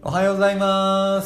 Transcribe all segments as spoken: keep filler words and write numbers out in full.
おはようございます。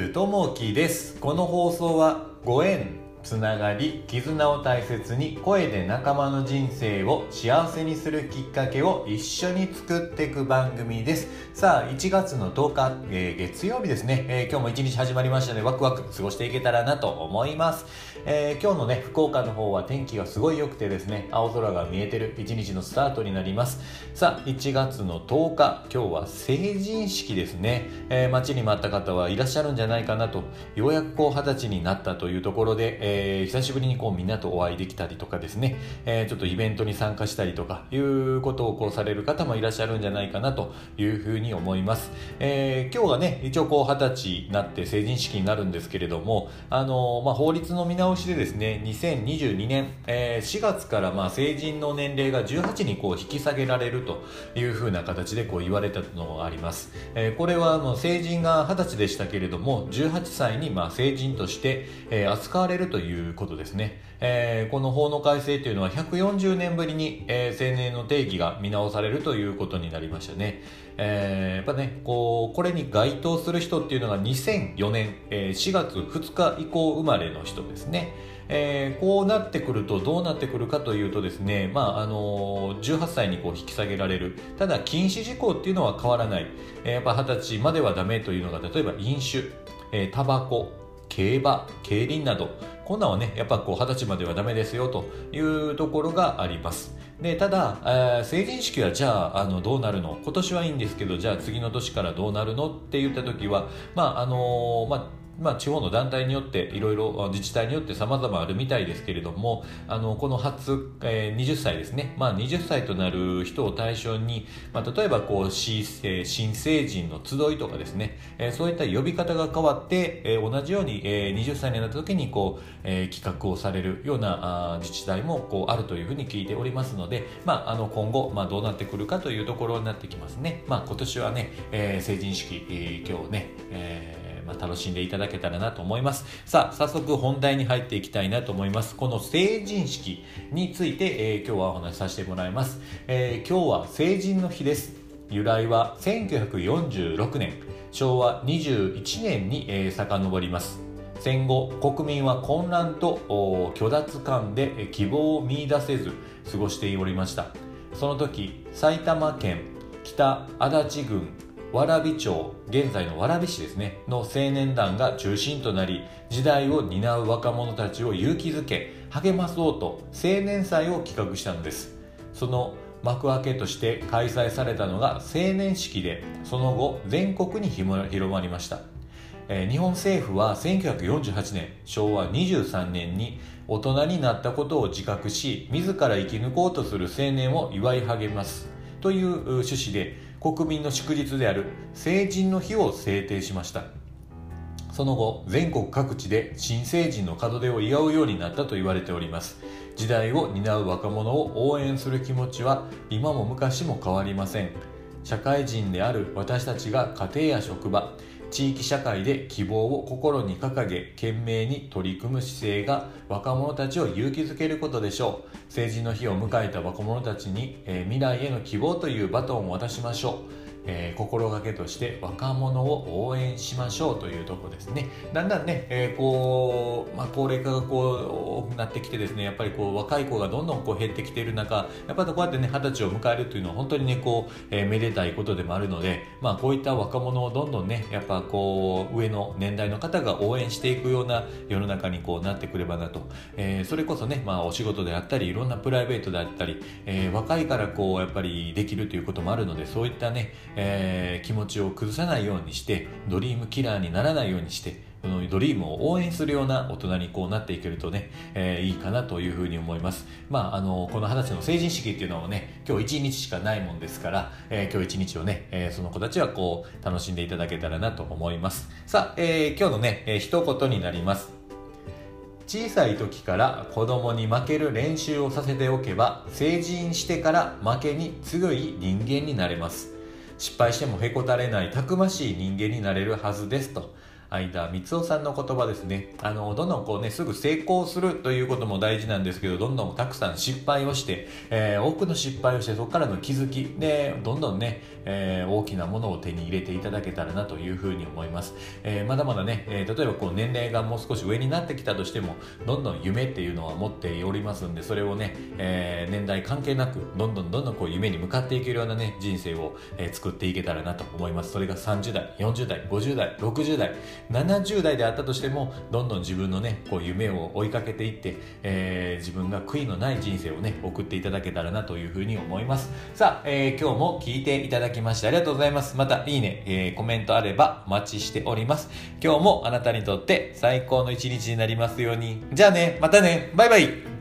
ともきです。この放送はご縁、つながり、絆を大切に声で仲間の人生を幸せにするきっかけを一緒に作っていく番組です。さあいちがつのとおか、えー、月曜日ですね、えー、今日も一日始まりましたのでワクワク過ごしていけたらなと思います。えー、今日のね福岡の方は天気がすごい良くてですね、青空が見えてる一日のスタートになります。さあいちがつのとおか、今日は成人式ですね。えー、待ちに待った方はいらっしゃるんじゃないかなと。ようやくこう二十歳になったというところで、えーえー、久しぶりにこうみんなとお会いできたりとかですね、えー、ちょっとイベントに参加したりとかいうことをこうされる方もいらっしゃるんじゃないかなというふうに思います。えー、今日はね一応こう二十歳になって成人式になるんですけれども、あのーまあ、法律の見直しでですねにせんにじゅうにねん、えー、しがつからまあ成人の年齢がじゅうはちにこう引き下げられるというふうな形でこう言われたのがあります。えー、これはもう成人が二十歳でしたけれどもじゅうはっさいにまあ成人として、えー、扱われるといういうことですね。えー、この法の改正というのはひゃくよんじゅうねんぶりに、えー、成年の定義が見直されるということになりましたね。えー、やっぱねこうこれに該当する人っていうのがにせんよねん、えー、しがつふつか以降生まれの人ですね。えー、こうなってくるとどうなってくるかというとですね、まああのー、じゅうはっさいにこう引き下げられる。ただ禁止事項っていうのは変わらない。えー、やっぱはたちまではダメというのが例えば飲酒、えー、タバコ、競馬、競輪などこんなんはねやっぱこう二十歳まではダメですよというところがあります。でただ、えー、成人式はじゃあ、あのどうなるの、今年はいいんですけどじゃあ次の年からどうなるのって言った時はまああのー、まあまあ、地方の団体によっていろいろ自治体によって様々あるみたいですけれども、あのこの初、えー、はたちですね、まあ、はたちとなる人を対象に、まあ、例えばこう新成人の集いとかですね、えー、そういった呼び方が変わって、えー、同じように、えー、はたちになった時にこう、えー、企画をされるようなあ自治体もこうあるというふうに聞いておりますので、まあ、あの今後、まあ、どうなってくるかというところになってきますね。まあ、今年はね、えー、成人式、えー、今日ね、えーまあ、楽しんでいただけたらなと思います。さあ早速本題に入っていきたいなと思います。この成人式について、えー、今日はお話しさせてもらいます。えー、今日は成人の日です。由来はせんきゅうひゃくよんじゅうろくねんしょうわにじゅういちねんに、えー、遡ります。戦後国民は混乱と虚脱感で希望を見出せず過ごしておりました。その時埼玉県北足立郡蕨町、現在の蕨市ですねの青年団が中心となり、時代を担う若者たちを勇気づけ励まそうと青年祭を企画したのです。その幕開けとして開催されたのが青年式で、その後全国に広まりました。えー、日本政府はせんきゅうひゃくよんじゅうはちねんしょうわにじゅうさんねんに大人になったことを自覚し自ら生き抜こうとする青年を祝い励ますという趣旨で国民の祝日である成人の日を制定しました。その後全国各地で新成人の門出を祝うようになったと言われております。時代を担う若者を応援する気持ちは今も昔も変わりません。社会人である私たちが家庭や職場、地域社会で希望を心に掲げ懸命に取り組む姿勢が若者たちを勇気づけることでしょう。成人の日を迎えた若者たちに、えー、未来への希望というバトンを渡しましょう。えー、心がけとして若者を応援しましょうというところですね。だんだんね、えー、こう、まあ、高齢化がこうなってきてですね、やっぱりこう若い子がどんどんこう減ってきている中、やっぱりこうやってね二十歳を迎えるというのは本当にねこう、えー、めでたいことでもあるので、まあこういった若者をどんどんねやっぱこう上の年代の方が応援していくような世の中にこうなってくればなと、えー、それこそねまあお仕事であったりいろんなプライベートであったり、えー、若いからこうやっぱりできるということもあるので、そういったねえー、気持ちを崩さないようにしてドリームキラーにならないようにしてそのドリームを応援するような大人にこうなっていけるとね、えー、いいかなというふうに思います。まああのこの二十歳の成人式っていうのもね今日一日しかないもんですから、えー、今日一日をね、えー、その子たちはこう楽しんでいただけたらなと思います。さあ、えー、今日のね、えー、一言になります。小さい時から子供に負ける練習をさせておけば成人してから負けに強い人間になれます。失敗してもへこたれないたくましい人間になれるはずですと。 相田光夫さんの言葉ですね。あのどんどんこうねすぐ成功するということも大事なんですけど、どんどんたくさん失敗をして、えー、多くの失敗をして、そこからの気づきでどんどんね、えー、大きなものを手に入れていただけたらなというふうに思います。えー、まだまだね、えー、例えばこう年齢がもう少し上になってきたとしても、どんどん夢っていうのは持っておりますんで、それをね、えー、年代関係なくどんどんどんどんこう夢に向かっていけるようなね人生を、えー、作っていけたらなと思います。それがさんじゅう代、よんじゅう代、ごじゅう代、ろくじゅう代、ななじゅう代であったとしても、どんどん自分のねこう夢を追いかけていって、えー、自分が悔いのない人生をね送っていただけたらなというふうに思います。さあ、えー、今日も聞いていただきましてありがとうございます。またいいね、えー、コメントあればお待ちしております。今日もあなたにとって最高の一日になりますように。じゃあね、またね、バイバイ。